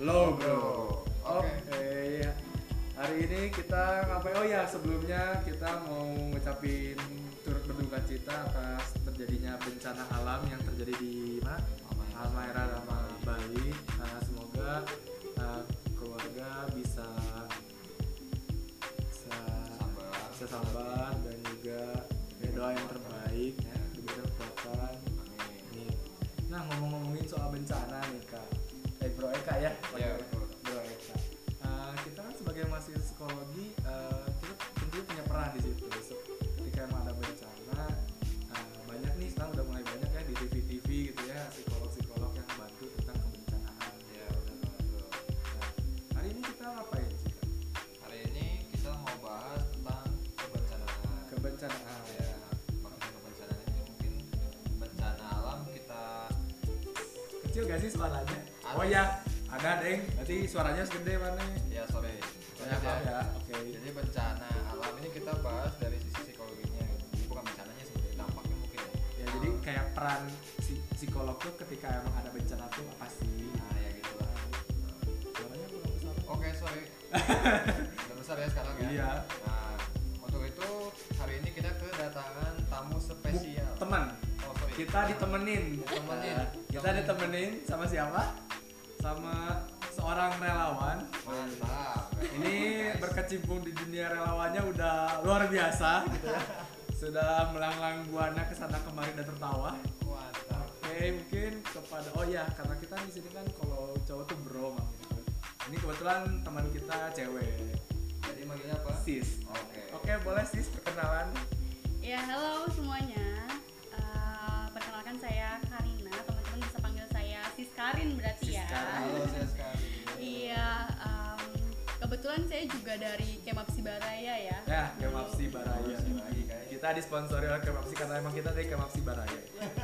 Logo. Oke. Oke. Hari ini kita ngapain? Oh ya, sebelumnya kita mau ngucapin turut berduka cita atas terjadinya bencana alam yang terjadi di mana? Halmahera sama Bali. Semoga keluarga bisa sabar dan juga doa yang terbaik ya, diberikan kekuatan. Amin. Nah, ngomongin soal bencana nih Kak. Bro Eka ya. Iya, Bro Eka. Kita kan sebagai mahasiswa psikologi, kita tentunya punya peran di situ. Ketika emang ada bencana, banyak nih sekarang udah mulai banyak ya di TV gitu ya, psikolog yang bantu tentang kebencanaan. Iya, betul. Nah, hari ini kita ngapain sih Kak? Hari ini kita mau bahas tentang kebencanaan. Kebencanaan. Ya, maksudnya kebencanaan ini mungkin bencana alam kita. Kecil gak sih suaranya? Ada. Oh ya, ada deng. Nanti suaranya segede mana? Ya sorry. Ya, maaf ya. Oke. Jadi bencana alam ini kita bahas dari sisi psikologinya gitu. Jadi bukan bencananya sebenarnya, dampaknya mungkin ya. Ya, jadi kayak peran psikolog tuh ketika emang ada bencana tuh apa sih? Nah ya gitu lah. Suaranya belum besar. Oke, sorry. Udah besar ya sekarang ya. Iya. Nah, untuk itu hari ini kita kedatangan tamu spesial. Teman. Oh sorry. Kita ditemenin. Kita ditemenin sama siapa? Sama seorang relawan. Mantap. Ini berkecimpung di dunia relawannya udah luar biasa gitu ya. Sudah melanglang buana kesana kemari dan tertawa. Mantap. Oke, mungkin kepada karena kita di sini kan kalau cowok tuh bro gitu. Ini kebetulan teman kita cewek. Jadi manggilnya apa? Sis. Oke, boleh Sis perkenalan. Ya, halo semuanya. Perkenalkan saya Karina. Teman-teman bisa panggil saya Sis Karin berarti Sis ya. Karin. Halo, saya sekali. Iya. Kebetulan saya juga dari Kemapsi Baraya ya. Ya, Kemapsi Baraya. Lagi kayak Kita disponsori oleh Kemapsi karena emang kita dari Kemapsi Baraya.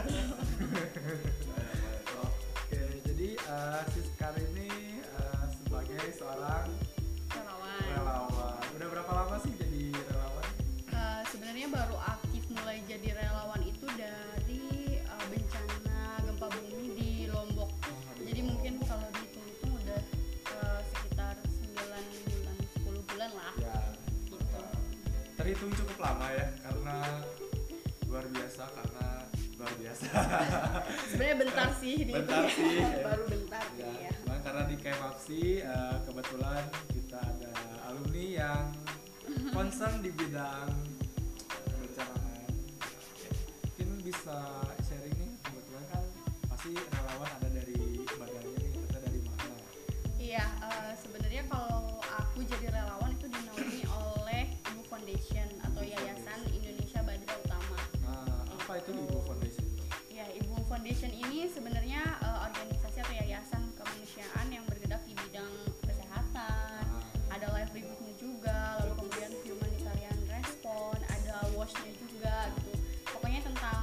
Oke, jadi Sis Karin ini sebagai seorang Relawan. relawan. Udah berapa lama sih jadi relawan? Sebenarnya baru aktif mulai jadi relawan itu dari bencana gempa bumi di Lombok. Jadi mungkin kalau dihitung-hitung udah sekitar 9 bulan, 10 bulan lah. Ya, terhitung cukup lama ya karena luar biasa. Sebenarnya bentar sih Bentar sih. baru bentar Ya, ya. cuman karena di Kemapsi kebetulan kita ada alumni yang concern di bidang kebencanaan. Mungkin bisa sharing nih, kebetulan kan pasti relawan ada dari badannya nih, atau dari mana? Iya, sebenarnya kalau aku jadi relawan itu dinaungi oleh Ibu Foundation atau Yayasan Indonesia Badra Utama. Nah, apa itu Ibu Foundation? Ya, Ibu Foundation ini sebenarnya organisasi atau yayasan kemanusiaan yang bergerak di bidang kesehatan, ada livelihood-nya juga, lalu kemudian humanitarian respon, ada WASH-nya juga gitu. Pokoknya tentang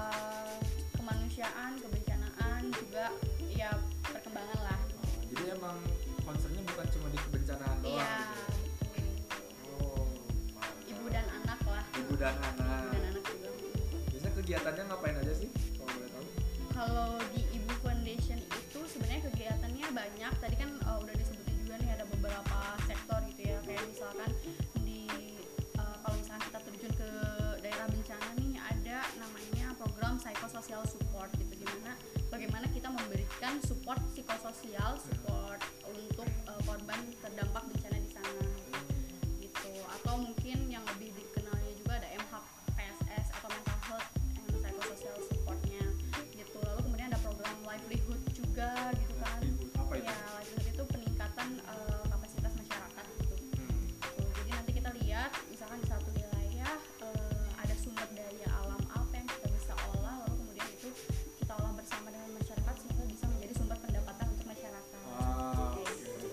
kemanusiaan, kebencanaan juga ya perkembangan lah. Jadi emang concernnya bukan cuma di kebencanaan doang. Iya, Gitu. Oh, ibu dan anak lah. Ibu dan anak. Ibu dan anak juga. Biasanya kegiatannya ngapain aja sih? Kalau boleh tahu? Kalau di Ibu Foundation itu sebenarnya kegiatannya banyak. Tadi kan udah disebutin juga nih ada beberapa sektor gitu ya. Kayak misalkan di kalau misalkan kita terjun ke daerah bencana nih ada namanya program psychosocial support gitu, dimana bagaimana kita memberikan support psikososial, support untuk korban terdampak bencana di sana gitu. Atau mungkin yang lebih dikenalnya juga ada MHPSS atau mental health and psychosocial supportnya gitu. Lalu kemudian ada program livelihood juga gitu kan. Apa itu? Ya, livelihood itu peningkatan kapasitas masyarakat gitu. Tuh, jadi nanti kita lihat misalkan di satu wilayah ada sumber daya alam apa yang kita bisa olah, lalu kemudian itu kita olah bersama dengan masyarakat sehingga bisa menjadi sumber pendapatan untuk masyarakat. Oke.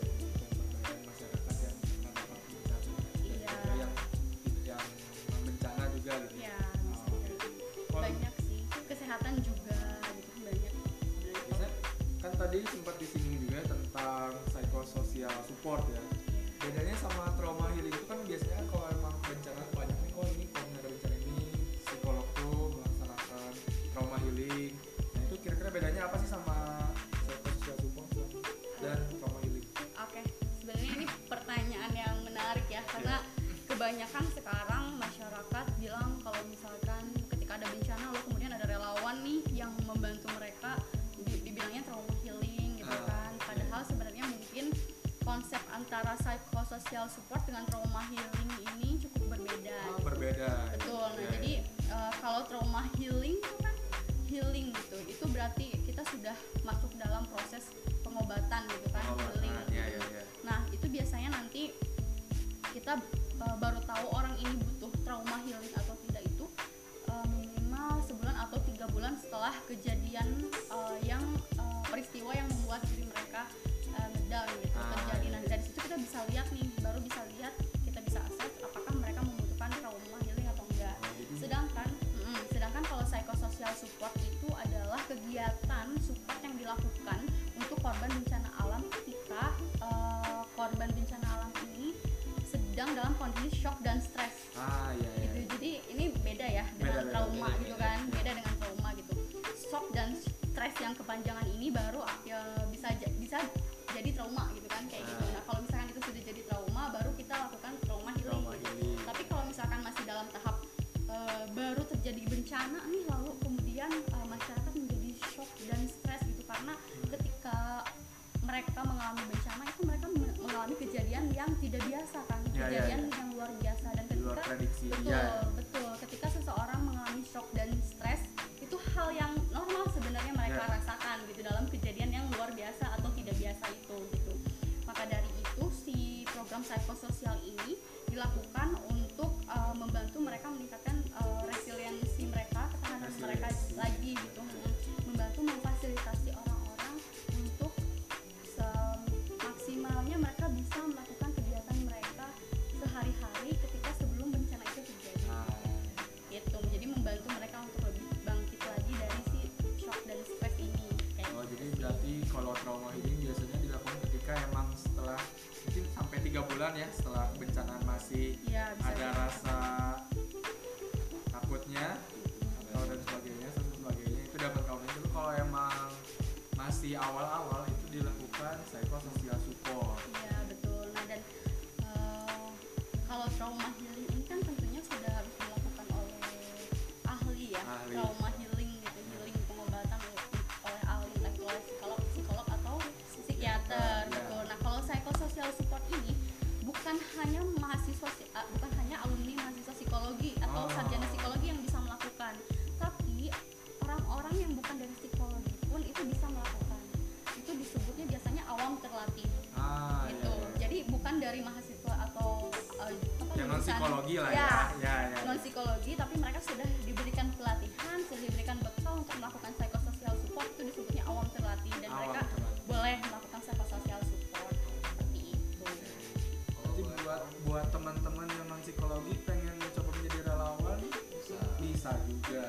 Sampai masyarakat yang kena dampak bencana. Iya. Dan juga yang bencana juga gitu. Ya, bisa Oke. jadi. Kalau Banyak sih, kesehatan juga gitu banyak. biasanya kan tadi sempat disinggung juga tentang psychosocial support ya. Bedanya sama trauma healing itu kan biasanya kalau emang bencana banyak nih, oh ini kalau ada bencana ini psikolog tuh melaksanakan trauma healing. Nah itu kira-kira bedanya apa sih sama psychosocial support dan trauma healing? bencana, lalu kemudian ada relawan nih yang membantu mereka dibilangnya trauma healing gitu kan. Padahal sebenarnya mungkin konsep antara psychosocial support dengan trauma healing ini cukup berbeda. Berbeda. Betul. Nah, jadi kalau trauma healing itu kan healing gitu, itu berarti kita sudah masuk dalam proses pengobatan gitu kan, healing. Iya. Nah, itu biasanya nanti kita baru tahu orang ini butuh trauma healing atau tidak itu minimal sebulan atau 3 bulan setelah kejadian yang peristiwa yang membuat diri mereka ngedown gitu terjadi. Nah, dari situ kita bisa lihat nih, baru bisa lihat, kita bisa assess apakah mereka membutuhkan trauma healing atau enggak. Sedangkan kalau psychosocial support itu adalah kegiatan support yang dilakukan untuk korban bencana alam ketika korban bencana alam ini sedang dalam kondisi shock dan stres. Iya. Gitu. Jadi ini beda ya dengan trauma gitu kan, beda dengan trauma gitu. Shock dan stres yang kepanjangan ini baru bisa jadi trauma gitu kan, kayak gitu. Nah, kalau misalkan itu sudah jadi trauma, baru kita lakukan trauma healing. Tapi kalau misalkan masih dalam tahap baru terjadi bencana nih, lalu kemudian masyarakat menjadi shock dan stres gitu, karena ketika mereka mengalami bencana itu mereka mengalami kejadian yang tidak biasa kan, kejadian yang luar biasa. Dan ketika betul ketika seseorang mengalami shock dan stres, itu hal yang normal sebenarnya mereka rasakan gitu dalam kejadian yang luar biasa atau tidak biasa itu gitu. Maka dari itu si program psikososial ini dilakukan untuk membantu mereka meningkatkan resiliensi mereka, ketahanan mereka lagi gitu, membantu memfasilitasi orang-orang untuk semaksimalnya mereka bisa melakukan kegiatan mereka sehari-hari ketika sebelum bencana itu terjadi. Gitu, jadi membantu mereka untuk lebih bangkit lagi dari si shock dan stres ini. Jadi berarti kalau trauma healing biasanya dilakukan ketika emang setelah mungkin sampai 3 bulan ya setelah kebencanaan masih ada rasa takutnya atau dan sebagainya itu dapat trauma. Itu kalau emang masih awal-awal itu dilakukan psychosocial support. Iya betul. Nah, dan kalau trauma healing ini kan tentunya sudah harus dilakukan oleh ahli ya. Trauma healing gitu, healing pengobatan oleh ahli, entah itu oleh psikolog atau psikiater gitu. Nah, kalau psychosocial support ini bukan hanya alumni mahasiswa psikologi atau sarjana psikologi yang bisa melakukan, tapi orang-orang yang bukan dari psikologi pun itu bisa melakukan. Itu disebutnya biasanya awam terlatih. Gitu. Jadi bukan dari mahasiswa atau yang non psikologi lah ya. Non psikologi, tapi mereka sudah diberikan pelatihan, sudah diberikan bekal untuk melakukan psychosocial support, itu disebutnya awam terlatih, dan mereka boleh melakukan psychosocial support seperti itu. Jadi buat teman-teman yang non psikologi pengen coba menjadi relawan bisa juga.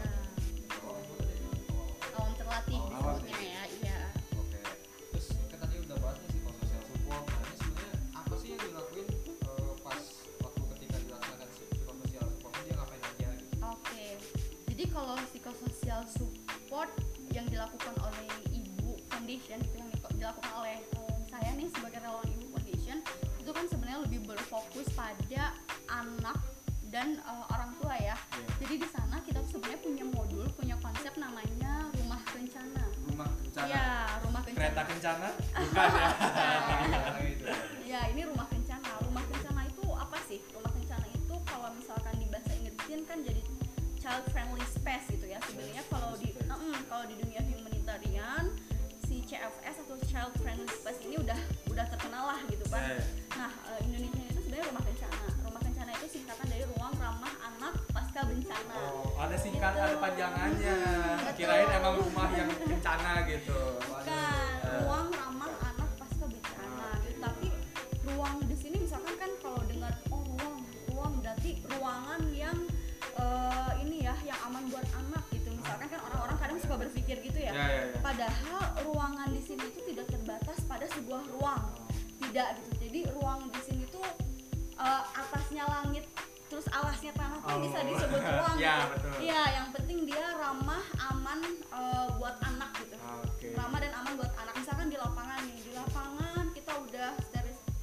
Awam terlatih disebutnya ya. Iya. Oke. Terus kan tadi udah bahas nih psikosocial support. Nah, ini sebenarnya apa sih yang dilakuin pas waktu ketika dilaksanakan psikosocial support, dia ngapain aja gitu? Oke. Jadi kalau psikosocial support yang dilakukan oleh Ibu Foundation, itu yang dilakukan oleh saya nih sebagai relawan Ibu Foundation, itu kan sebenarnya lebih berfokus pada anak dan orang tua ya. Jadi di sana kita tuh sebenarnya punya modul, punya konsep namanya rumah kencana. Rumah kencana. Iya, rumah kencana. Kereta kencana? Bukan ya. Ya, ini rumah kencana. Rumah kencana itu apa sih? Rumah kencana itu kalau misalkan di bahasa Inggrisin kan jadi child friendly space gitu ya. Sebenarnya kalau di dunia humanitarian si CFS atau child friendly space ini udah terkenal lah gitu kan. Nah, Indonesia itu sebenarnya rumah kencana. Rumah kencana itu singkatan dari ruang ramah anak pasca bencana. Ada singkat, gitu. ada panjangannya. Kirain emang rumah yang kencana gitu. Bukan, ruang ramah anak pasca bencana gitu. Tapi ruang di sini misalkan kan kalau dengar ruang berarti ruangan yang ini ya, yang aman buat anak gitu. Misalkan kan orang-orang kadang suka berpikir gitu ya. Padahal ruangan di sini itu tidak terbatas pada sebuah ruang. Tidak gitu. Jadi ruang di sini tuh atasnya langit terus alasnya tanah pun bisa disebut ruang gitu. Iya, yang penting dia ramah, aman buat anak gitu. Ramah dan aman buat anak. Misalkan di lapangan nih, di lapangan kita udah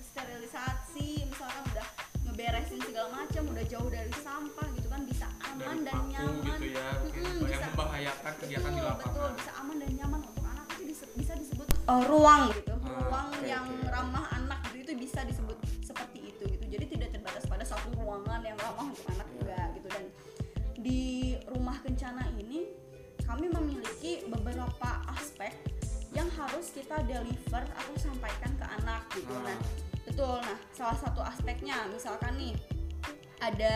sterilisasi, misalkan udah ngeberesin segala macam, udah jauh dari sampah gitu kan, bisa aman aman dari dan paku nyaman. gitu ya, mungkin yang Bisa. membahayakan kegiatan di lapangan. Betul, bisa aman dan nyaman untuk anak itu bisa disebut ruang gitu, ruang oke, yang oke. ramah anak gitu, itu bisa disebut seperti itu gitu. Jadi tidak terbatas pada satu ruangan yang ramah untuk anak, enggak gitu. Dan di rumah kencana ini kami memiliki beberapa aspek yang harus kita deliver atau sampaikan ke anak gitu. Nah, betul. Nah, salah satu aspeknya misalkan nih ada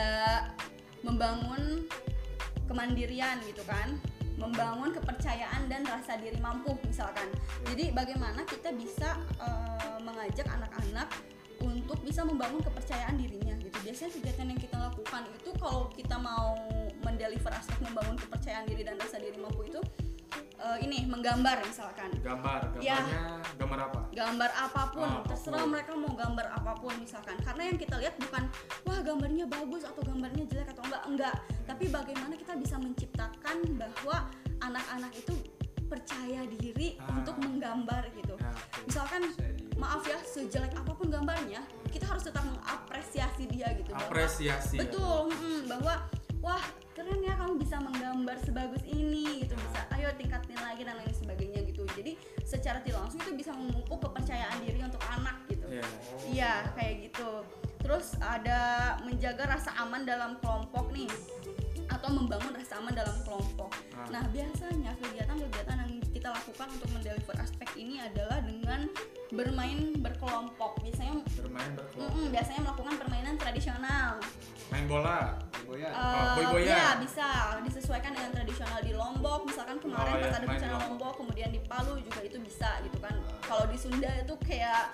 membangun kemandirian gitu kan, membangun kepercayaan dan rasa diri mampu misalkan. Jadi bagaimana kita bisa mengajak anak-anak untuk bisa membangun kepercayaan dirinya gitu. Biasanya kegiatan yang kita lakukan itu kalau kita mau mendeliver aspek membangun kepercayaan diri dan rasa diri mampu itu ini menggambar misalkan. Gambarnya Ya. gambar apa? Gambar apapun, Apapun. terserah mereka mau gambar apapun misalkan. Karena yang kita lihat bukan wah gambarnya bagus atau gambarnya jelek atau enggak, tapi bagaimana kita bisa menciptakan bahwa anak-anak itu percaya diri untuk menggambar gitu. Misalkan maaf ya, sejelek apapun gambarnya, kita harus tetap mengapresiasi dia gitu. Apresiasi. Betul, bahwa wah keren ya kamu bisa menggambar sebagus ini gitu, bisa ayo tingkatin lagi dan lain sebagainya gitu. Jadi secara tidak langsung itu bisa memupuk kepercayaan diri untuk anak gitu. Iya kayak gitu. Terus ada menjaga rasa aman dalam kelompok nih, atau membangun rasa aman dalam kelompok. Nah biasanya kegiatan-kegiatan yang kita lakukan untuk mendeliver aspek ini adalah dengan bermain berkelompok. Biasanya biasanya melakukan permainan tradisional. Main bola. Boy-boyan. Ya bisa disesuaikan dengan tradisional di Lombok. Misalkan kemarin pas ada bencana Lombok, kemudian di Palu juga itu bisa gitu kan. Kalau di Sunda itu kayak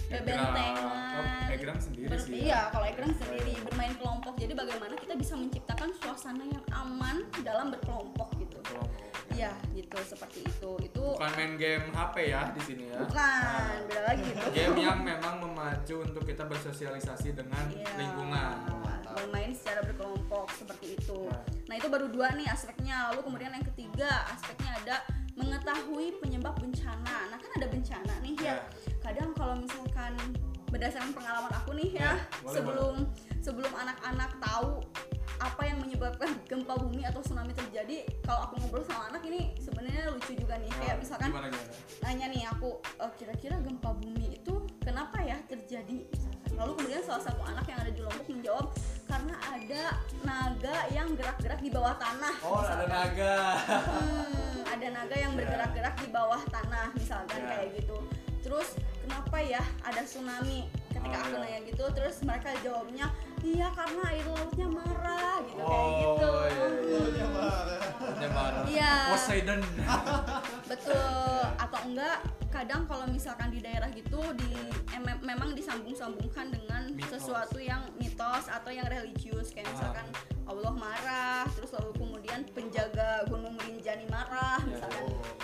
bentengan. Egrang sendiri sih. Iya, kalau egrang sendiri bermain kelompok. Jadi bagaimana kita bisa menciptakan suasana yang aman dalam berkelompok gitu. Iya, gitu seperti itu. Itu Bukan main game HP ya di sini ya. bukan, beda lagi gitu. Game yang memang memacu untuk kita bersosialisasi dengan lingkungan. Bermain secara berkelompok seperti itu. Nah itu baru dua nih aspeknya. Lalu kemudian yang ketiga aspeknya ada mengetahui penyebab bencana. Nah kan ada bencana nih ya. Kadang kalau misalkan berdasarkan pengalaman aku nih ya, sebelum anak-anak tahu apa yang menyebabkan gempa bumi atau tsunami terjadi, kalau aku ngobrol sama anak ini sebenarnya lucu juga nih. Kayak misalkan nanya nih aku, kira-kira gempa bumi itu kenapa ya terjadi? Lalu kemudian salah satu anak yang ada di Lombok menjawab, karena ada naga yang gerak-gerak di bawah tanah. Ada naga. Ada naga yang bergerak-gerak di bawah tanah misalkan kayak gitu. Terus kenapa ya ada tsunami? Ketika aku nanya gitu, terus mereka jawabnya, iya karena air lautnya marah gitu, kayak gitu. Lautnya marah. Iya. Poseidon. Betul. Atau enggak kadang kalau misalkan di daerah gitu memang disambung-sambungkan dengan sesuatu yang mitos atau yang religius, kayak misalkan Allah marah, terus lalu kemudian penjaga Gunung Rinjani marah misalkan.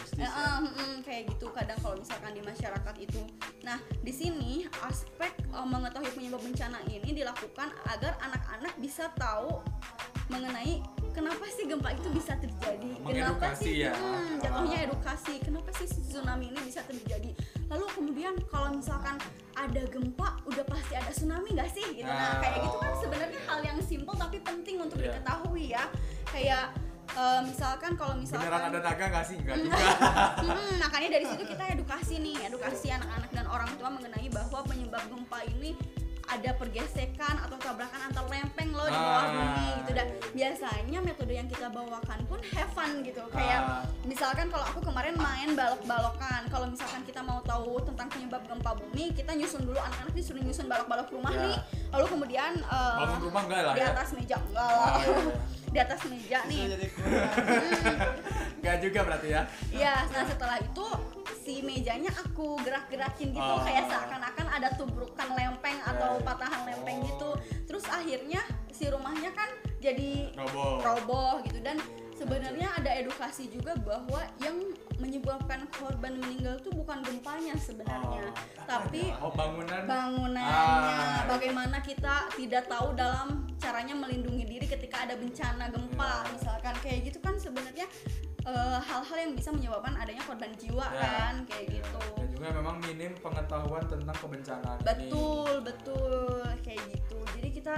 Kayak gitu kadang kalau misalkan di masyarakat itu. Nah, di sini aspek mengetahui penyebab bencana ini dilakukan agar anak-anak bisa tahu mengenai kenapa sih gempa itu bisa terjadi, kenapa sih jatuhnya edukasi, kenapa sih tsunami ini bisa terjadi. Lalu kemudian kalau misalkan ada gempa udah pasti ada tsunami nggak sih gitu. Nah kayak gitu kan sebenarnya hal yang simpel tapi penting untuk diketahui ya. Kayak misalkan kalau misalkan beneran ada naga nggak sih? Nggak juga. Makanya dari situ kita edukasi anak-anak dan orang tua mengenai bahwa penyebab gempa ini ada pergesekan atau tabrakan antar lempeng loh di bawah bumi gitu. Dan biasanya metode yang kita bawakan pun have fun gitu. Kayak misalkan kalau aku kemarin main balok-balokan, kalau misalkan kita mau tahu tentang penyebab gempa bumi, kita nyusun dulu, anak-anak disuruh nyusun balok-balok rumah nih. Lalu kemudian bangun rumah enggak lah di atas meja enggak lah. Di atas meja nih. Enggak juga berarti ya. Iya, nah setelah itu si mejanya aku gerak-gerakin gitu, kayak seakan-akan ada tubrukan lempeng atau patahan lempeng gitu. Terus akhirnya si rumahnya kan jadi roboh gitu. Dan sebenarnya ada edukasi juga bahwa yang menyebabkan korban meninggal itu bukan gempanya sebenarnya, tapi bangunannya. Bagaimana kita tidak tahu dalam caranya melindungi diri ketika ada bencana gempa misalkan kayak gitu kan sebenarnya hal-hal yang bisa menyebabkan adanya korban jiwa kan kayak gitu. Dan juga memang minim pengetahuan tentang kebencanaan betul kayak gitu. Jadi kita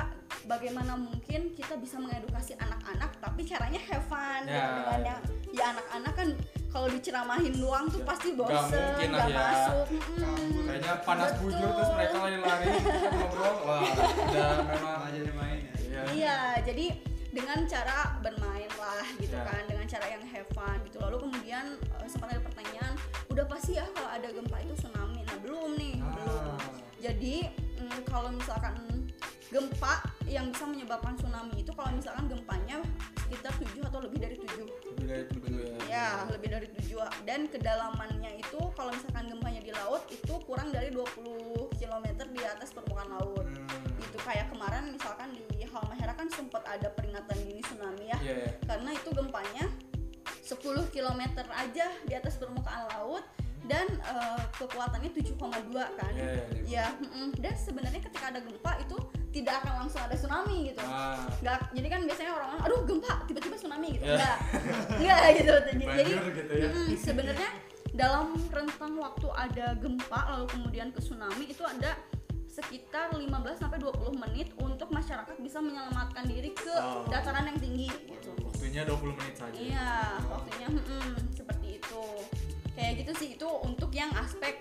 bagaimana mungkin kita bisa mengedukasi anak-anak tapi caranya have fun gitu, dengan yang ya anak-anak kan kalau diceramahin doang tuh pasti bosen, mungkin lah gak ya. masuk. Kayaknya panas bujur terus mereka lari-lari ngobrol, wah udah memang Malah jadi main ya. Iya, jadi dengan cara bermain lah gitu Ya. kan, dengan cara yang have fun gitu. Lalu kemudian sempat ada pertanyaan, udah pasti ya kalau ada gempa itu tsunami. Nah belum nih, belum. Jadi kalau misalkan gempa yang bisa menyebabkan tsunami itu kalau misalkan gempanya sekitar 7 atau lebih dari 7. lebih dari 7 ya. Ya, lebih dari 7 dan kedalamannya itu kalau misalkan gempanya di laut itu kurang dari 20 km di atas permukaan laut. Itu kayak kemarin misalkan di Halmahera kan sempat ada peringatan dini tsunami ya. Iya, iya. Karena itu gempanya 10 km aja di atas permukaan laut dan kekuatannya 7,2 kan. Iya. Ya, dan sebenarnya ketika ada gempa itu tidak akan langsung ada tsunami gitu. Jadi kan biasanya orang aduh gempa tiba-tiba tsunami gitu. Enggak gitu. Jadi gitu ya. sebenarnya dalam rentang waktu ada gempa lalu kemudian ke tsunami itu ada sekitar 15 sampai 20 menit untuk masyarakat bisa menyelamatkan diri ke dataran yang tinggi gitu. Waktunya 20 menit saja. Iya, waktunya seperti itu. Kayak gitu sih, itu untuk yang aspek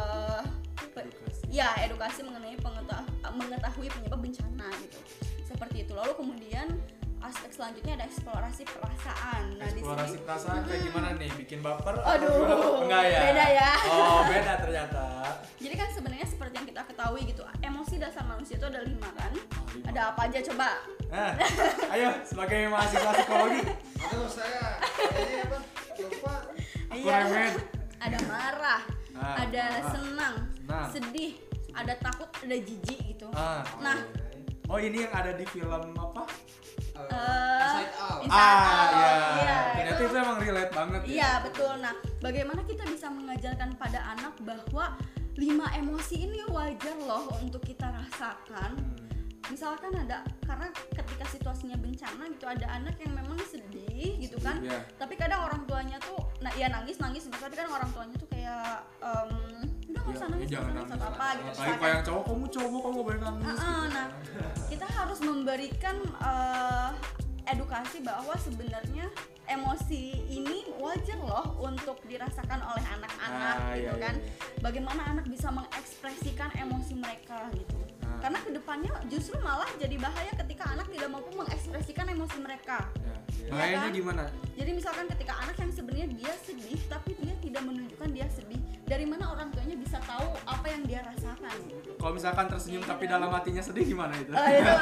edukasi mengenai mengetahui penyebab bencana gitu. Seperti itu. Lalu kemudian aspek selanjutnya ada eksplorasi perasaan. Nah, Eksplorasi perasaan kayak gimana nih? Bikin baper? Aduh, enggak ya? beda ya. Oh, beda ternyata. Jadi kan sebenarnya seperti yang kita ketahui gitu, emosi dasar manusia itu ada 5 kan. 5. Ada apa aja coba? Ayo sebagai mahasiswa psikologi. Aduh saya kayaknya apa? Lupa. remen. Ada marah, ada marah. senang, sedih, ada takut, ada jijik gitu. Nah, oh ini yang ada di film apa? Inside Out. Iya. Ternyata itu emang relate banget ya. Iya, betul. Nah, bagaimana kita bisa mengajarkan pada anak bahwa 5 emosi ini wajar loh untuk kita rasakan. Misalkan ada, karena ketika situasinya bencana gitu ada anak yang memang sedih gitu kan, tapi kadang orang tuanya tuh nangis tapi kan orang tuanya tuh kayak udah nggak usah nangis, jangan nangis atau apa gitu. Apalagi kayak yang cowok, kamu boleh nangis gitu. Nah, kita harus memberikan edukasi bahwa sebenarnya emosi ini wajar loh untuk dirasakan oleh anak-anak gitu kan. Bagaimana anak bisa mengekspresikan emosi mereka gitu. Karena kedepannya justru malah jadi bahaya ketika anak tidak mampu mengekspresikan emosi mereka. Bahayanya gimana? Jadi misalkan ketika anak yang sebenarnya dia sedih tapi dia tidak menunjukkan dia sedih, dari mana orang tuanya bisa tahu apa yang dia rasakan? Kalau misalkan tersenyum tapi dalam hatinya sedih gimana itu?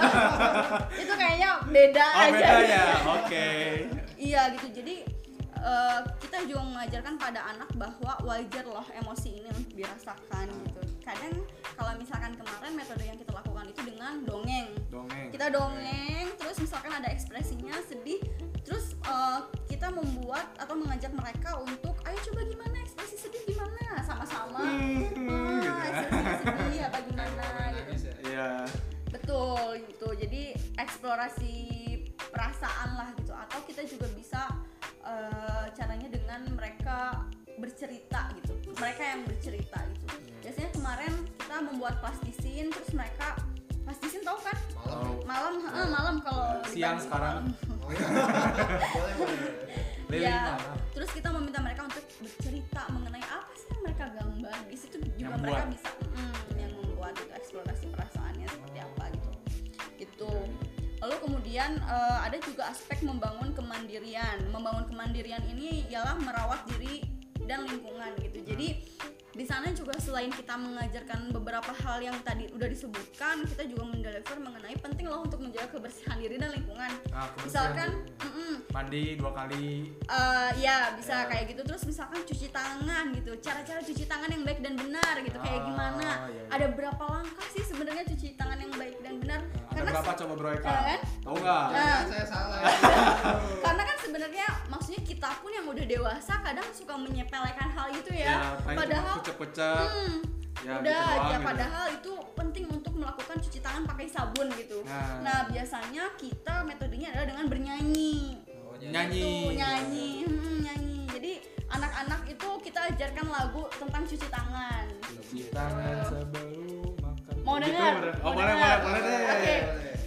Itu kayaknya beda aja. Beda ya. Oke. Iya gitu. Jadi kita juga mengajarkan pada anak bahwa wajar loh emosi ini untuk dirasakan gitu. Kadang kalau misalkan kemarin metode yang kita lakukan itu dengan dongeng. Kita dongeng, terus misalkan ada ekspresinya sedih, terus kita membuat atau mengajak mereka untuk ayo coba gimana ekspresi sedih gimana sama-sama. Ekspresi sedih apa gimana gitu. Iya. Betul gitu. Jadi eksplorasi perasaan lah gitu. Atau kita juga bisa caranya dengan mereka bercerita gitu. Mereka yang bercerita gitu. Biasanya kemarin kita membuat plastisin, terus mereka plastisin tahu kan? Malam kalau siang sekarang. Oh iya. Boleh. Ya, terus kita meminta mereka untuk bercerita mengenai apa sih yang mereka gambar. Di situ juga mereka bisa yang membuat itu eksplorasi perasaannya seperti apa gitu. Gitu. Lalu kemudian ada juga aspek membangun kemandirian. Membangun kemandirian ini ialah merawat diri dan lingkungan gitu. Jadi di sana juga selain kita mengajarkan beberapa hal yang tadi udah disebutkan, kita juga mendeliver mengenai penting loh untuk menjaga kebersihan diri dan lingkungan. Misalkan mandi 2 kali. Ya bisa kayak gitu. Terus misalkan cuci tangan gitu. Cara-cara cuci tangan yang baik dan benar gitu. Kayak gimana? Ada berapa langkah sih sebenarnya cuci tangan yang baik dan benar? Ada berapa coba Bro Eka? Kan? Tahu nggak? Saya salah. Karena kan sebenarnya maksudnya kita pun yang udah dewasa kadang suka menyepelekan hal itu ya. Padahal kucek-kucek. Ya, udah gitu aja gitu. Padahal itu penting untuk melakukan cuci tangan pakai sabun gitu. Nah biasanya kita metodenya adalah dengan bernyanyi. Nyanyi. Jadi anak-anak itu kita ajarkan lagu tentang cuci tangan. Cuci tangan sebelum makan. Mau dengar? Boleh deh. Oke.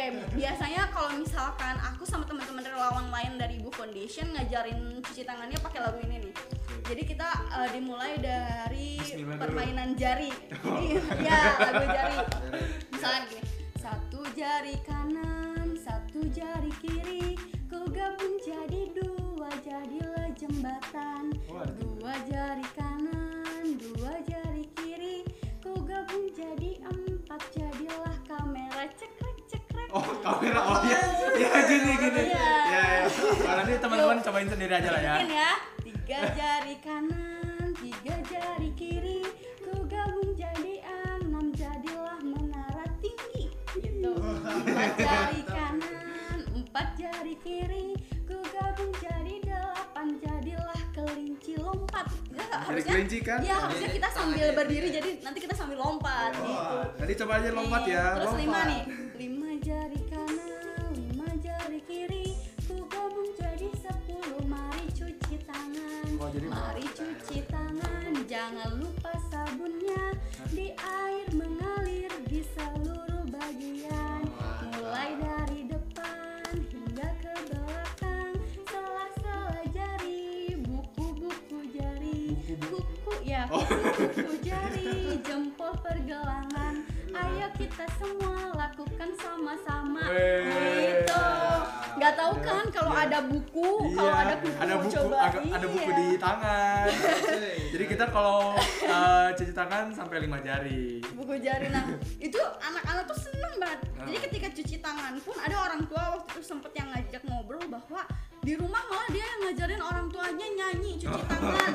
biasanya kalau misalkan aku sama teman-teman relawan lain dari Ibu Foundation ngajarin cuci tangannya pakai lagu ini nih. Jadi kita dimulai dari permainan jari. Iya, lagu jari. Misalnya gini, satu jari kanan, satu jari kiri, ku gabung jadi dua, jadilah jembatan. Dua jari kanan, dua jari kiri, ku gabung jadi empat, jadilah kamera. Cekrek cekrek. Oh, kamera. Oh ya. Ya gini. Iya. Ya. Kalau nanti teman-teman cobain sendiri aja lah ya. Mungkin ya. Tiga jari kanan, tiga jari kiri, ku gabung jadi enam, jadilah menara tinggi. Gitu. Empat jari kanan, empat jari kiri, ku gabung jadi delapan, jadilah kelinci lompat. Ya, harusnya kelinci kan? Ya harusnya kita sambil berdiri, jadi nanti kita sambil lompat. Gitu. Jadi coba aja lompat ya. Terus lompat. 5 nih. 5 jari kanan, 5 jari kiri, ku gabung jadi 10. Mari cuci tangan. Oh, jadi Mari cuci tangan. Jangan lupa sabunnya. Di air mengalir di seluruh bagian. Mulai dari depan hingga ke belakang. Sela-sela jari, buku-buku jari. Kuku ya, kuku jari, jempol pergelangan. Ayo kita semua lakukan sama-sama. Gitu. Nggak tahu kan kalau ada buku, kalau ada kuku, coba. Ada buku di tangan. Jadi kita kalau cuci tangan sampai 5 jari. Buku jari. Nah itu anak-anak tuh seneng banget. Jadi ketika cuci tangan pun ada orang tua waktu itu sempet yang ngajak ngobrol bahwa di rumah malah dia yang ngajarin orang tuanya nyanyi cuci tangan.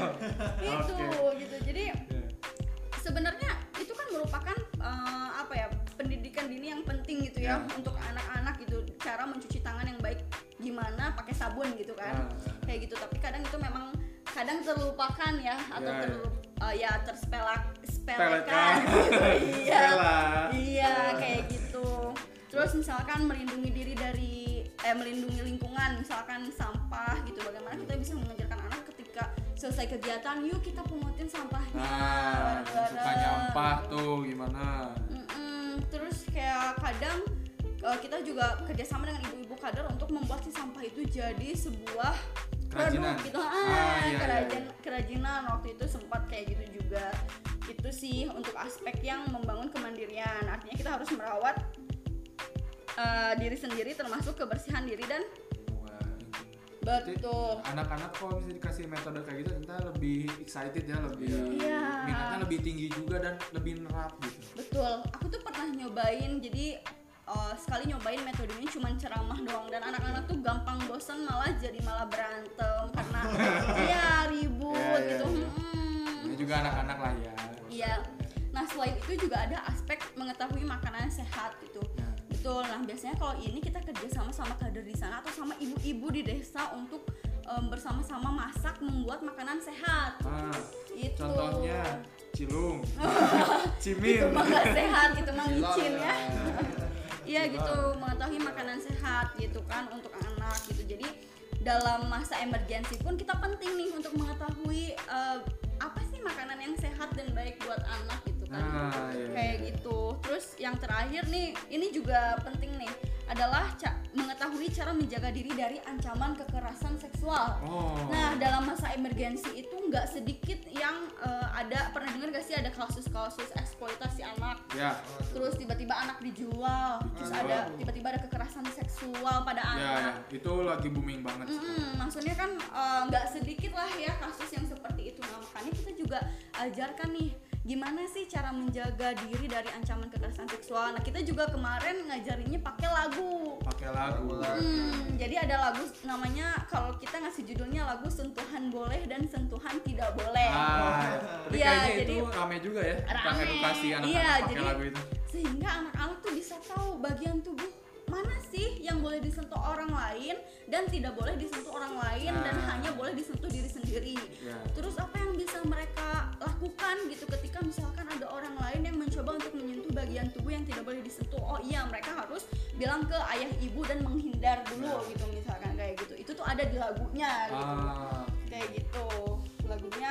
Gitu. Jadi sebenarnya itu kan merupakan pendidikan dini yang penting gitu ya untuk anak-anak gitu, cara mencuci tangan yang baik gimana, pakai sabun gitu kan. Kayak gitu. Tapi kadang itu memang kadang terlupakan ya atau tersepelekan gitu. Iya kayak gitu. Terus misalkan melindungi diri dari melindungi lingkungan, misalkan sampah gitu, bagaimana kita bisa mengajarkan anak ketika selesai kegiatan, yuk kita pungutin sampahnya. Suka nyampah tuh gimana? Terus kayak kadang kita juga kerjasama dengan ibu-ibu kader untuk membuat si sampah itu jadi sebuah kerajinan gitu. Kerajinan waktu itu sempat kayak gitu juga. Itu sih untuk aspek yang membangun kemandirian. Artinya kita harus merawat diri sendiri, termasuk kebersihan diri dan betul. Anak-anak kalau bisa dikasih metode kayak gitu, kita lebih excited ya, lebih minatnya lebih tinggi juga dan lebih nerap gitu. Betul. Aku tuh pernah nyobain, jadi sekali nyobain metodenya cuma ceramah doang, dan anak-anak tuh gampang bosan, malah berantem karena ribut gitu. Ini juga anak-anak lah ya. Iya. Nah selain itu juga ada aspek mengetahui makanan sehat gitu. Betul. Nah biasanya kalau ini kita kerja sama kader di sana atau sama ibu-ibu di desa untuk bersama-sama masak, membuat makanan sehat. Itu. Contohnya cilung, cimil. Itu mah gak sehat, itu mah micin ya. Iya gitu, mengetahui makanan sehat gitu kan untuk anak gitu. Jadi dalam masa emergensi pun kita penting nih untuk mengetahui apa sih makanan yang sehat dan baik buat anak gitu kan. Kayak gitu. Terus yang terakhir nih, ini juga penting nih, adalah mengetahui cara menjaga diri dari ancaman kekerasan seksual. Nah dalam masa emergensi itu nggak sedikit yang pernah dengar gak sih ada kasus-kasus eksploitasi anak, terus tiba-tiba anak dijual, terus tiba-tiba ada kekerasan seksual pada anak. Itu lagi booming banget. Maksudnya kan nggak sedikit lah ya kasus yang seperti itu. Nah makanya kita juga ajarkan nih gimana sih cara menjaga diri dari ancaman kekerasan seksual. Nah kita juga kemarin ngajarinnya pakai lagu. Jadi ada lagu namanya, kalau kita ngasih judulnya lagu Sentuhan Boleh dan Sentuhan Tidak Boleh. Jadi itu rame juga ya tentang edukasi anak-anak pakai lagu itu. Sehingga anak-anak tuh bisa tahu bagian tubuh mana sih yang boleh disentuh orang lain dan tidak boleh disentuh orang lain, dan hanya boleh disentuh diri sendiri. Terus apa yang bisa mereka lakukan gitu ketika misalkan ada orang lain yang mencoba untuk menyentuh bagian tubuh yang tidak boleh disentuh. Oh iya, mereka harus bilang ke ayah ibu dan menghindar dulu gitu, misalkan kayak gitu. Itu tuh ada di lagunya gitu. Kayak gitu. Lagunya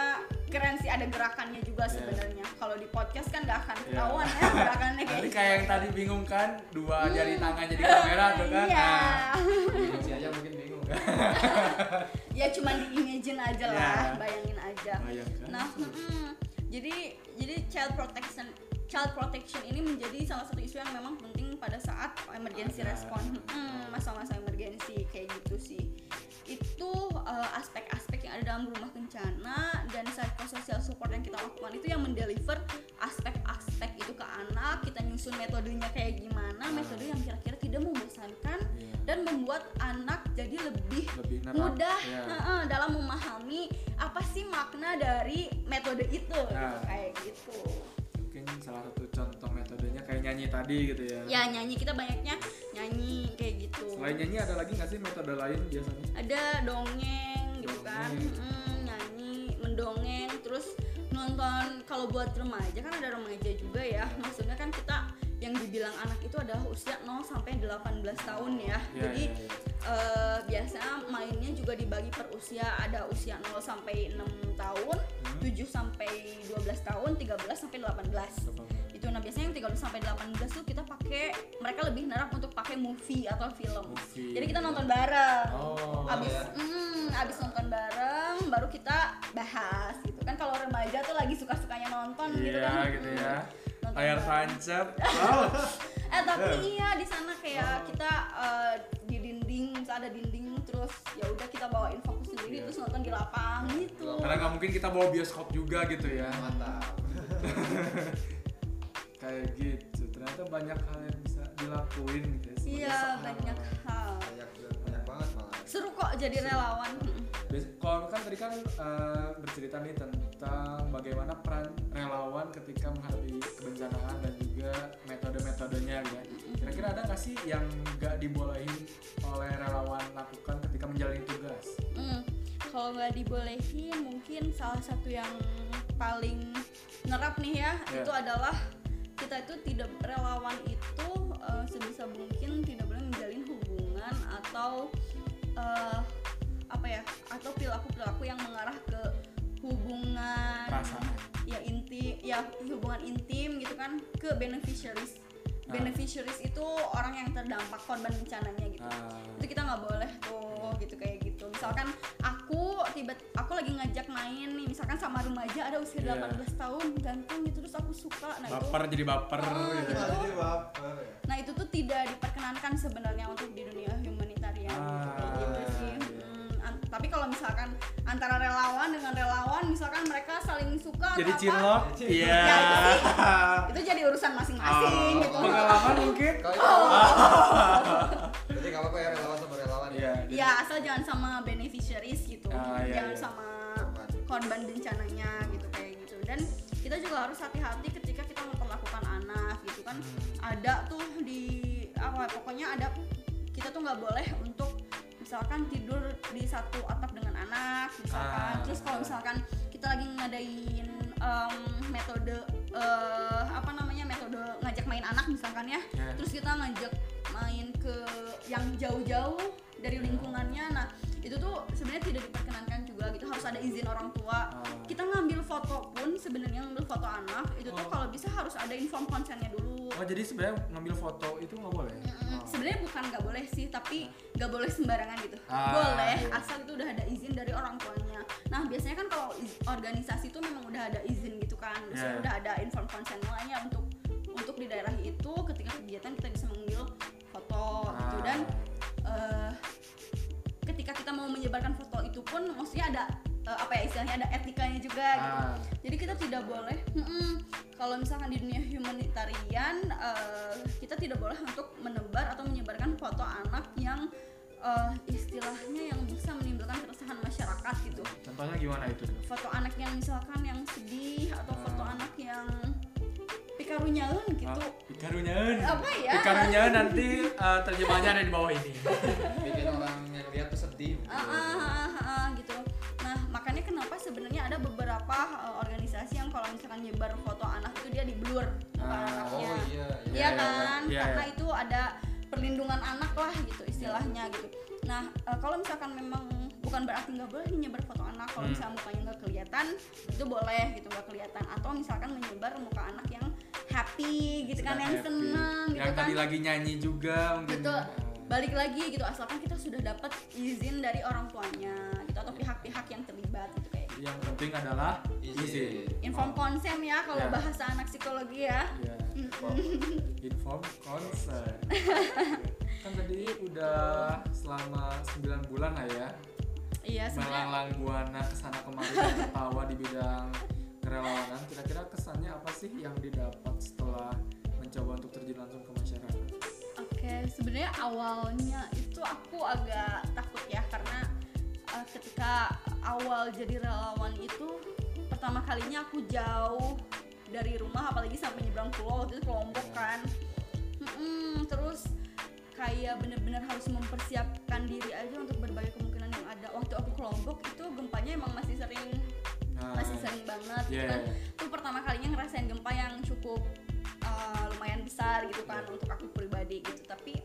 keren sih, ada gerakannya juga sebenarnya. Kalau di podcast kan nggak akan Iya. ketahuan ya gerakannya kayak Jadi gitu. kayak yang tadi bingung kan, 2 jari tangan jadi kamera tuh kan. Iya. Bingung sih aja mungkin bingung kan. Ya cuman di-imagine aja lah, Iya. bayangin aja. Bayangkan. Nah, jadi child protection ini menjadi salah satu isu yang memang penting pada saat emergency Ada. response, masa-masa emergency kayak gitu sih. Itu aspek-aspek yang ada dalam rumah bencana dan psychosocial support yang kita lakukan itu yang mendeliver aspek-aspek itu ke anak. Kita nyusun metodenya kayak gimana, metode yang kira-kira tidak membosankan Iya. dan membuat anak jadi lebih nerap. mudah Iya. dalam memahami apa sih makna dari metode itu gitu, Nah. kayak gitu. Mungkin salah satu contoh metodenya kayak nyanyi tadi gitu ya. Ya nyanyi, kita banyaknya nyanyi kayak gitu. Selain nyanyi ada lagi nggak sih metode lain biasanya? Ada dongeng gitu kan, Dongeng. nyanyi, mendongeng, terus nonton. Kalau buat remaja kan ada remaja juga ya, maksudnya kan kita yang dibilang anak itu adalah usia 0 sampai 18 tahun ya. Iya, Jadi iya, iya. biasanya mainnya juga dibagi per usia, ada usia 0 sampai 6 tahun, 7 sampai 12 tahun, 13 sampai 18. Itu nah biasanya yang 13 sampai 18 tuh kita pakai, mereka lebih nerap untuk pakai movie atau film. Movie. Jadi kita nonton bareng. Oh, abis ya. abis nonton bareng baru kita bahas gitu kan. Kalau remaja tuh lagi suka-sukanya nonton gitu Iya kan. gitu ya. Nonton Layar bareng. tancap. Wow. Tapi iya di sana kayak kita di dinding, misalnya ada dinding, terus ya udah kita bawain fokus sendiri, Iya. terus nonton di lapang gitu. Karena nggak mungkin kita bawa bioskop juga gitu ya. Mantap. Kayak gitu. Ternyata banyak hal yang bisa dilakuin gitu ya. sebagai Iya seorang banyak relawan. hal. Banyak banget malah. Seru kok jadi relawan. Kalau kan tadi kan bercerita nih tentang bagaimana peran relawan ketika menghadapi kebencanaan dan juga metode-metodenya gitu ya. Kira-kira ada nggak sih yang nggak dibolehin oleh relawan lakukan ketika menjalani tugas? Kalau nggak dibolehin, mungkin salah satu yang paling nerap nih ya, Yeah. itu adalah kita itu tidak, relawan itu sebisa mungkin tidak boleh menjalin hubungan atau apa ya, atau perilaku yang mengarah ke hubungan Perasaan. ya hubungan intim gitu kan, ke beneficiaries. Beneficiaries itu orang yang terdampak korban bencananya gitu. Itu kita nggak boleh tuh gitu, kayak gitu. Misalkan aku lagi ngajak main nih, misalkan sama remaja ada usia 18 tahun ganteng gitu, terus aku suka, nah Baper jadi baper gitu. gitu. Jadi baper ya. Nah itu tuh tidak diperkenankan sebenarnya untuk di dunia humanitarian kayak gitu sih. Tapi kalau misalkan antara relawan dengan relawan, misalkan mereka saling suka Jadi atau cinlok. apa, Iya. ya itu jadi urusan masing-masing gitu. Pengalaman mungkin. Kalau jadi nggak apa-apa ya relawan sama relawan ya. Iya. Ya asal jangan sama beneficiaries gitu, Iya, jangan iya. sama korban bencananya gitu, kayak gitu. Dan kita juga harus hati-hati ketika kita memperlakukan anak gitu kan. Ada tuh di pokoknya ada, kita tuh nggak boleh untuk misalkan tidur di satu atap dengan anak misalkan. Terus kalau misalkan kita lagi ngadain metode metode ngajak main anak misalkan ya, terus kita ngajak main ke yang jauh-jauh dari lingkungannya, nah itu tuh sebenarnya tidak diperkenankan juga gitu, harus ada izin orang tua. Kita ngambil foto pun sebenarnya, ngambil foto anak itu tuh kalau bisa harus ada inform konsennya dulu. Oh jadi sebenarnya ngambil foto itu nggak boleh? Sebenarnya bukan nggak boleh sih, tapi nggak boleh sembarangan gitu. Boleh asal itu udah ada izin dari orang tuanya. Nah biasanya kan kalau organisasi itu memang udah ada izin gitu kan, terus udah ada inform konsen lainnya untuk di daerah itu ketika kegiatan kita bisa mengambil foto gitu. Dan ketika kita mau menyebarkan foto itu pun maksudnya ada istilahnya ada etikanya juga gitu. Jadi kita tidak boleh kalau misalkan di dunia humanitarian kita tidak boleh untuk menebar atau menyebarkan foto anak yang istilahnya yang bisa menimbulkan keresahan masyarakat gitu. Contohnya gimana itu? Foto anak yang misalkan yang sedih atau foto anak yang pikarunyaun gitu. Pikarunyaun. Apa ya? Pikarunyaun nanti terjemahannya ada di bawah ini. Bikin orang yang lihat tuh sedih. Gitu. Nah makanya kenapa sebenarnya ada beberapa organisasi yang kalau misalkan nyebar foto anak itu dia di blur anaknya. Oh iya. Iya kan? Iya, Karena iya. itu ada perlindungan anak lah gitu istilahnya gitu. Nah kalau misalkan memang bukan berarti nggak boleh nih nyebar foto anak kalau misalnya mukanya nggak kelihatan, itu boleh gitu, nggak kelihatan. Atau misalkan menyebar muka anak yang happy gitu kan, yang happy. seneng gitu Yang kan. tadi lagi nyanyi juga mungkin. Betul. Balik lagi gitu, asalkan kita sudah dapat izin dari orang tuanya gitu atau pihak-pihak yang terlibat gitu kayak gitu. Yang penting adalah izin. Inform consent ya kalau Ya. bahasa anak psikologi ya. Ya. Inform consent. Kan tadi udah selama 9 bulan lah ya. Iya sebenarnya. Melanglang buana kesana kemari dan tertawa di bidang kerelawanan. Kira-kira kesannya apa sih yang didapat setelah mencoba untuk terjun langsung ke masyarakat? Oke, sebenarnya awalnya itu aku agak takut ya karena ketika awal jadi relawan itu pertama kalinya aku jauh dari rumah, apalagi sampai nyebrang pulau, waktu itu ke Lombok kan. Terus kayak bener-bener harus mempersiapkan diri aja untuk berbagai kemungkinan yang ada. Waktu aku ke Lombok itu gempanya emang masih sering banget gitu kan. Itu pertama kalinya ngerasain gempa yang cukup lumayan besar gitu kan untuk aku pribadi gitu. Tapi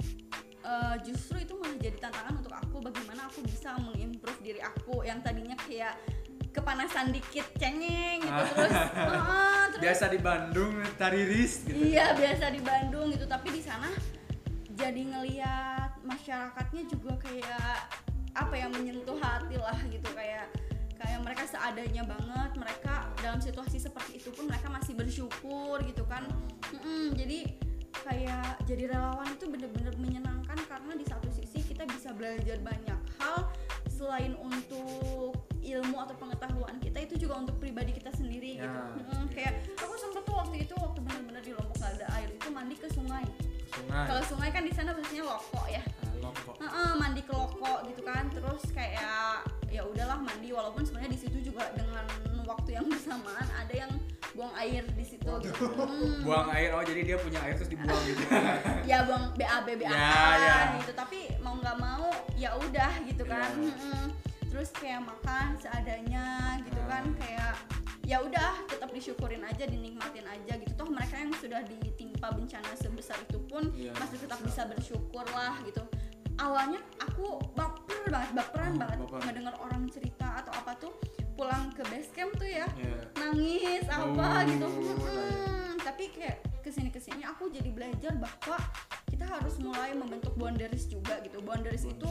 justru itu malah jadi tantangan untuk aku, bagaimana aku bisa mengimprove diri aku yang tadinya kayak kepanasan dikit cengeng gitu terus Biasa di Bandung tariris gitu. iya biasa di Bandung gitu, tapi di sana jadi ngelihat masyarakatnya juga kayak apa ya, menyentuh hati lah gitu, kayak mereka seadanya banget, mereka dalam situasi seperti itu pun mereka masih bersyukur gitu kan. Jadi kayak jadi relawan itu bener-bener menyenangkan karena di satu sisi kita bisa belajar banyak hal selain untuk ilmu atau pengetahuan kita, itu juga untuk pribadi kita sendiri gitu. Kayak aku sempet tuh waktu bener-bener di Lombok nggak ada air itu mandi ke sungai. Kalau sungai kan di sana biasanya loko ya. Mandi ke loko gitu kan, terus kayak ya udahlah mandi, walaupun sebenarnya di situ juga dengan waktu yang bersamaan ada yang buang air di situ gitu. Buang air, jadi dia punya air terus dibuang gitu. Ya buang BAB Ya. gitu, tapi mau nggak mau ya udah gitu kan. Terus kayak makan seadanya gitu kan, kayak ya udah tetap disyukurin aja, dinikmatin aja gitu. Toh mereka yang sudah ditimpa bencana sebesar itu pun masih tetap bisa bersyukur lah gitu. Awalnya aku baperan banget ngedenger orang cerita atau apa tuh pulang ke base camp tuh ya, nangis apa gitu. Tapi kayak kesini aku jadi belajar bahwa kita harus mulai membentuk boundaries juga gitu. Boundaries itu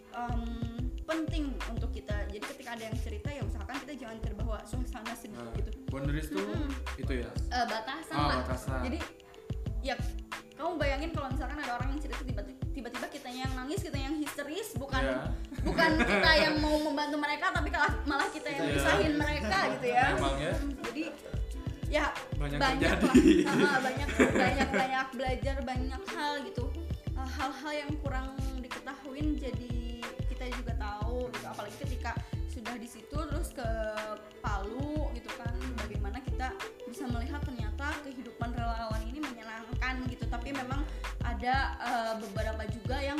penting untuk kita. Jadi ketika ada yang cerita ya usahakan kita jangan terbawa suasana sedih gitu. Boundaries tuh itu ya? Batasan lah. Jadi ya kamu bayangin kalau misalkan ada orang yang cerita tiba-tiba kitanya yang nangis, kita yang histeris, bukan kita yang mau membantu mereka, tapi malah kita yang pisahin mereka gitu ya. Emang ya. Jadi ya banyak belajar banyak hal gitu. Hal-hal yang kurang diketahuin jadi kita juga tahu gitu, apalagi ketika sudah di situ terus ke Palu gitu kan, bagaimana kita bisa melihat ternyata kehidupan relawan ini menyenangkan gitu, tapi memang ada beberapa juga yang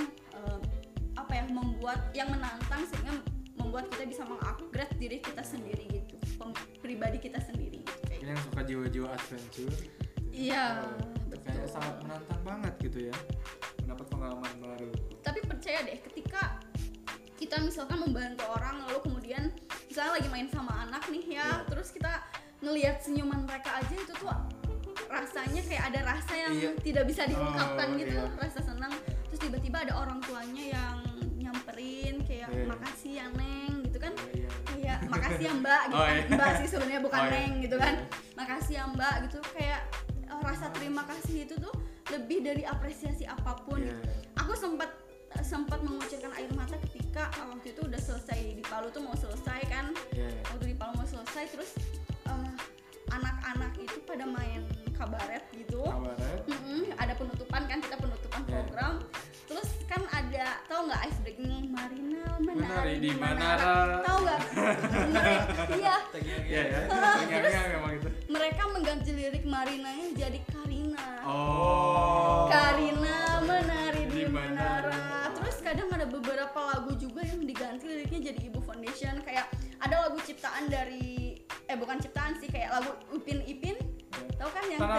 yang menantang sehingga membuat kita bisa mengupgrade diri kita sendiri gitu, pribadi kita sendiri gitu, kayak yang suka jiwa-jiwa adventure. Iya, betul. Kayaknya sangat menantang banget gitu ya, mendapat pengalaman baru. Tapi percaya deh, ketika kita misalkan membantu orang lalu kemudian misalnya lagi main sama anak nih ya, terus kita ngelihat senyuman mereka aja, itu tuh rasanya kayak ada rasa yang tidak bisa diungkapkan gitu, rasa senang. Terus tiba-tiba ada orang tuanya yang nyamperin kayak makasih ya Neng gitu kan, kayak makasih ya Mbak gitu kan, Mbak sih sebenarnya bukan Neng gitu kan, makasih ya Mbak gitu, kayak rasa terima kasih itu tuh lebih dari apresiasi apapun. Aku sempat mengucurkan air mata ketika waktu itu udah selesai di Palu tuh, mau selesai kan, waktu di Palu mau selesai, terus anak-anak itu pada main kabaret gitu. Ada penutupan kan, kita penutupan program. Terus kan ada, tahu nggak ice breaking Marina menari di Manara, tahu nggak? Iya. Tengahnya memang itu. Mereka mengganti lirik Marinanya jadi Karina. Karina menari di Manara. Terus kadang ada beberapa lagu juga yang diganti liriknya jadi Ibu Foundation. Kayak ada lagu ciptaan dari bukan ciptaan sih, kayak lagu Upin Ipin. Tahu kan yang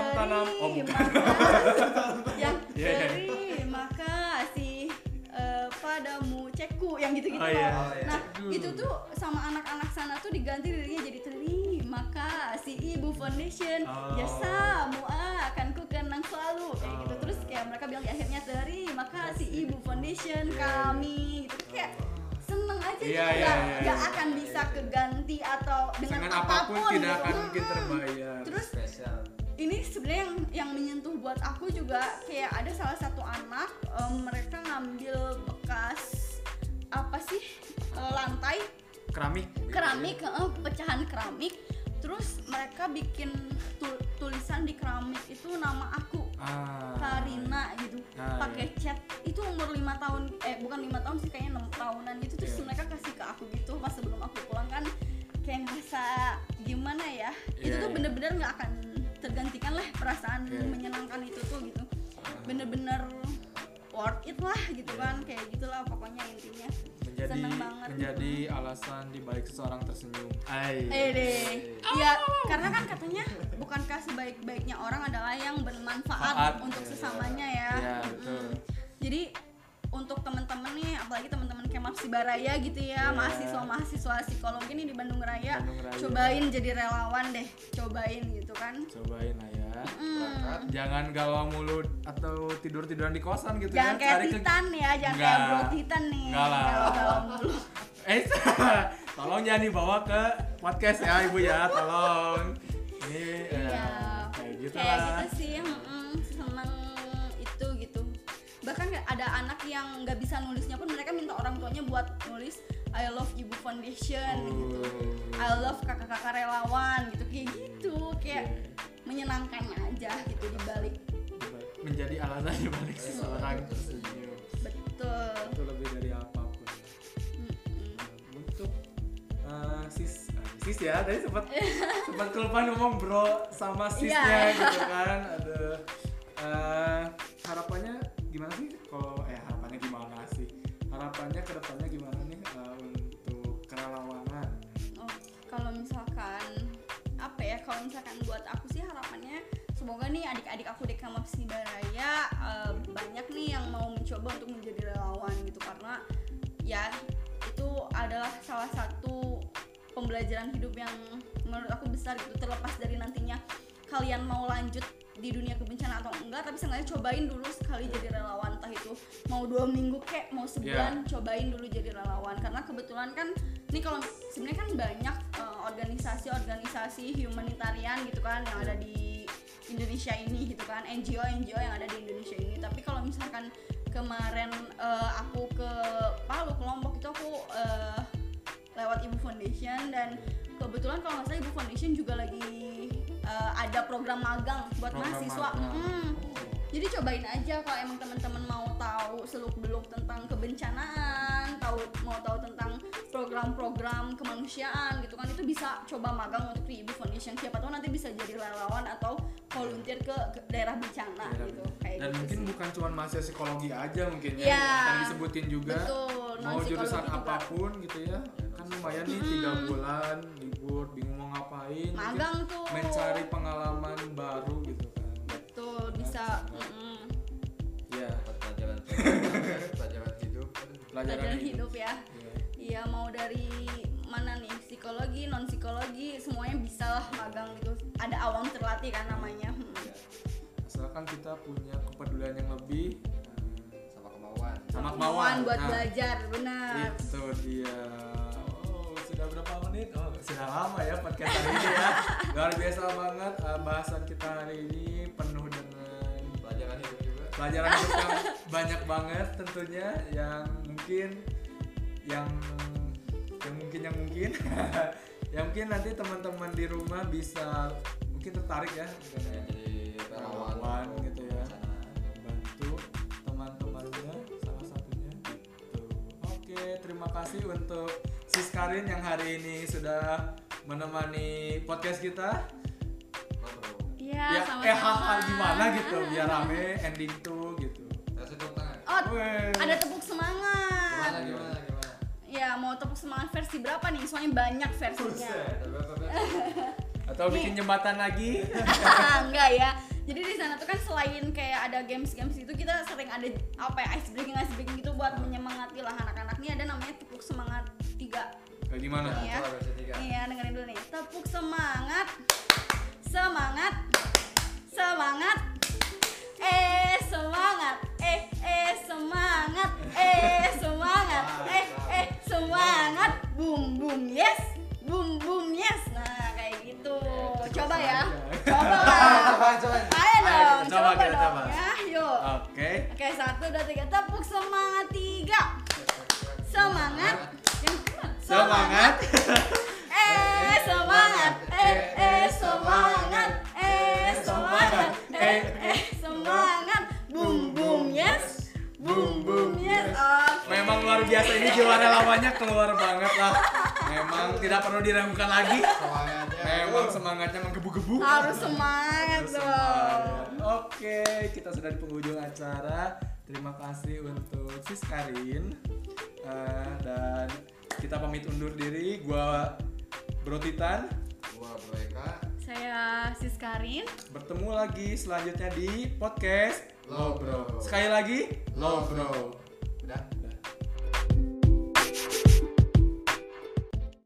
yang terima kasih padamu cekku aku yang gitu-gitu Oh, iya. loh. Nah Aduh. itu tuh sama anak-anak sana tuh diganti dirinya jadi terima kasih Ibu Foundation, jasamu akan ku kenang selalu kayak gitu. Terus kayak mereka bilang di akhirnya terima kasih Ibu Foundation kami gitu. Kayak seneng aja Iya, gitu, iya, nggak iya. akan bisa keganti atau dengan Dengan apapun tidak gitu. akan mungkin terbayar. Terus Spesial. ini sebenarnya yang menyentuh buat aku juga kayak ada salah satu anak mereka ngambil bekas apa sih lantai keramik pecahan keramik, terus mereka bikin tulisan di keramik itu nama aku Karina gitu, pakai cat. Itu umur 5 tahun bukan 5 tahun sih, kayaknya 6 tahunan gitu. Terus mereka kasih ke aku gitu pas sebelum aku pulang kan, kayak ngerasa gimana ya, itu tuh bener-bener nggak akan tergantikan lah perasaan menyenangkan itu tuh gitu, bener-bener worth it lah gitu kan, kayak gitulah pokoknya intinya. Seneng banget. Menjadi alasan dibalik seseorang tersenyum. Ya karena kan katanya bukankah sebaik-baiknya orang adalah yang bermanfaat untuk sesamanya ya. Iya, betul. Jadi untuk teman-teman nih, apalagi teman-teman Kemap Sibaraya gitu ya, mahasiswa psikologi nih di Bandung Raya, cobain jadi relawan deh, cobain gitu kan. Cobain lah ya. Jangan galau mulu atau tidur-tiduran di kosan gitu Jangan ya. kayak Titan ya, jangan kayak Bro Titan nih. Enggak lah. Galau mulu. Tolong jangan dibawa ke podcast ya Ibu ya, tolong. Ini kayak gitu Kayak lah. gitu sih, seneng itu gitu. Bahkan ada anak yang nggak bisa nulisnya pun mereka minta orang tuanya buat nulis I love Ibu Foundation gitu, I love kakak-kakak relawan gitu, kayak gitu, kayak menyenangkan aja gitu dibalik. Menjadi alasan dibalik seseorang tersenyum. Betul. Itu lebih dari apapun. Untuk sis ya, tadi sempat kelupaan ngomong bro sama sisnya gitu kan. Ada harapannya gimana sih? Harapannya gimana sih? Harapannya ke depannya gimana nih untuk kerelawanan? Kalau misalkan buat aku sih harapannya semoga nih adik-adik aku di Kemap Sibaraya banyak nih yang mau mencoba untuk menjadi relawan gitu, karena ya itu adalah salah satu pembelajaran hidup yang menurut aku besar gitu, terlepas dari nantinya kalian mau lanjut di dunia kebencanaan atau enggak, tapi seenggaknya cobain dulu sekali jadi relawan, entah itu mau 2 minggu kek, mau sebulan, cobain dulu jadi relawan. Karena kebetulan kan ini kalau sebenarnya kan banyak organisasi humanitarian gitu kan yang ada di Indonesia ini gitu kan, NGO yang ada di Indonesia ini. Tapi kalau misalkan kemarin aku ke Palu, ke Lombok itu aku lewat Ibu Foundation, dan kebetulan kalau nggak salah Ibu Foundation juga lagi ada program magang buat mahasiswa. Jadi cobain aja kalau emang teman-teman mau tahu seluk-beluk tentang kebencanaan, mau tahu tentang program-program kemanusiaan gitu kan, itu bisa coba magang untuk di Ibu Foundation. Siapa tahu nanti bisa jadi relawan atau volunteer ke daerah bencana gitu. Kayak Dan gitu mungkin sih. bukan cuma mahasiswa psikologi aja mungkin ya, Iya. tadi disebutin juga. Betul, Mau non-psikologi jurusan juga. apapun gitu ya, kan lumayan nih 3 bulan libur, bingung mau ngapain, Magang mungkin tuh. mencari pengalaman baru gitu kan. Betul, bisa. Ya, Pelajaran hidup. Pelajaran hidup ya. Iya. Iya, mau dari mana nih, psikologi, non psikologi, semuanya bisa lah magang gitu. Ada awam terlatih kan namanya. Asalkan kita punya kepedulian yang lebih Sama kemauan. Kemauan buat Nah, belajar, benar. itu dia. Oh, sudah berapa menit? Oh, sudah lama ya podcast hari ini ya. Luar biasa banget bahasan kita hari ini, penuh dengan Pelajaran hidup juga. pelajaran hidup yang banyak banget tentunya, yang mungkin yang mungkin nanti teman-teman di rumah bisa mungkin tertarik ya Jadi relawan gitu ya, bantu teman-temannya salah satunya gitu. Oke, terima kasih untuk Sis Karin yang hari ini sudah menemani podcast kita. Iya, Ya, sama-sama. hal-hal gimana gitu biar rame ending tuh gitu. Kasih tepuk tangan. Oh, Weh. ada tepuk semangat. Gimana? Ya, mau tepuk semangat versi berapa nih? Soalnya banyak versinya. Atau bikin jembatan lagi. Enggak ya. Jadi di sana tuh kan selain kayak ada games itu kita sering ada apa ya ice breaking gitu buat menyemangati lah anak-anak. Nih ada namanya tepuk semangat 3. Kayak gimana? Iya. Coba versi 3. Iya, dengerin dulu nih. Tepuk semangat. Semangat. Semangat. Semangat. Semangat. Semangat. Semangat. Boom boom yes. Boom boom yes. Nah, kayak gitu. Coba ya. Coba lah. Coba. Ayo dong. Coba, kita dong coba. ya. Yuk. Oke. Oke, 1 2 3. Tepuk semangat 3. Semangat. Semangat. Semangat. Semangat. Semangat. Semangat. Boom boom yes. Boom boom yes. Oke. Memang luar biasa, ini juara lamanya keluar banget lah. Memang tidak perlu diragukan lagi. Semangatnya. Memang semangatnya menggebu-gebu. Harus semangat Harus dong. semangat. Oke, kita sudah di penghujung acara. Terima kasih untuk Sis Karin. Dan kita pamit undur diri. Gua Bro Titan. Gua Bro Eka. Saya Sis Karin. Bertemu lagi selanjutnya di podcast Low Bro. Sekali lagi, Low Bro. Udah.